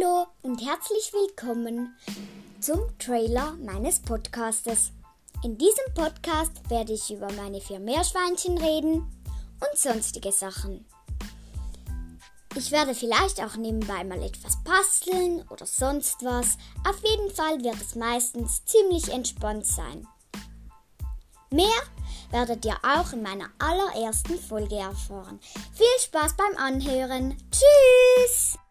Hallo und herzlich willkommen zum Trailer meines Podcastes. In diesem Podcast werde ich über meine 4 Meerschweinchen reden und sonstige Sachen. Ich werde vielleicht auch nebenbei mal etwas basteln oder sonst was. Auf jeden Fall wird es meistens ziemlich entspannt sein. Mehr werdet ihr auch in meiner allerersten Folge erfahren. Viel Spaß beim Anhören. Tschüss!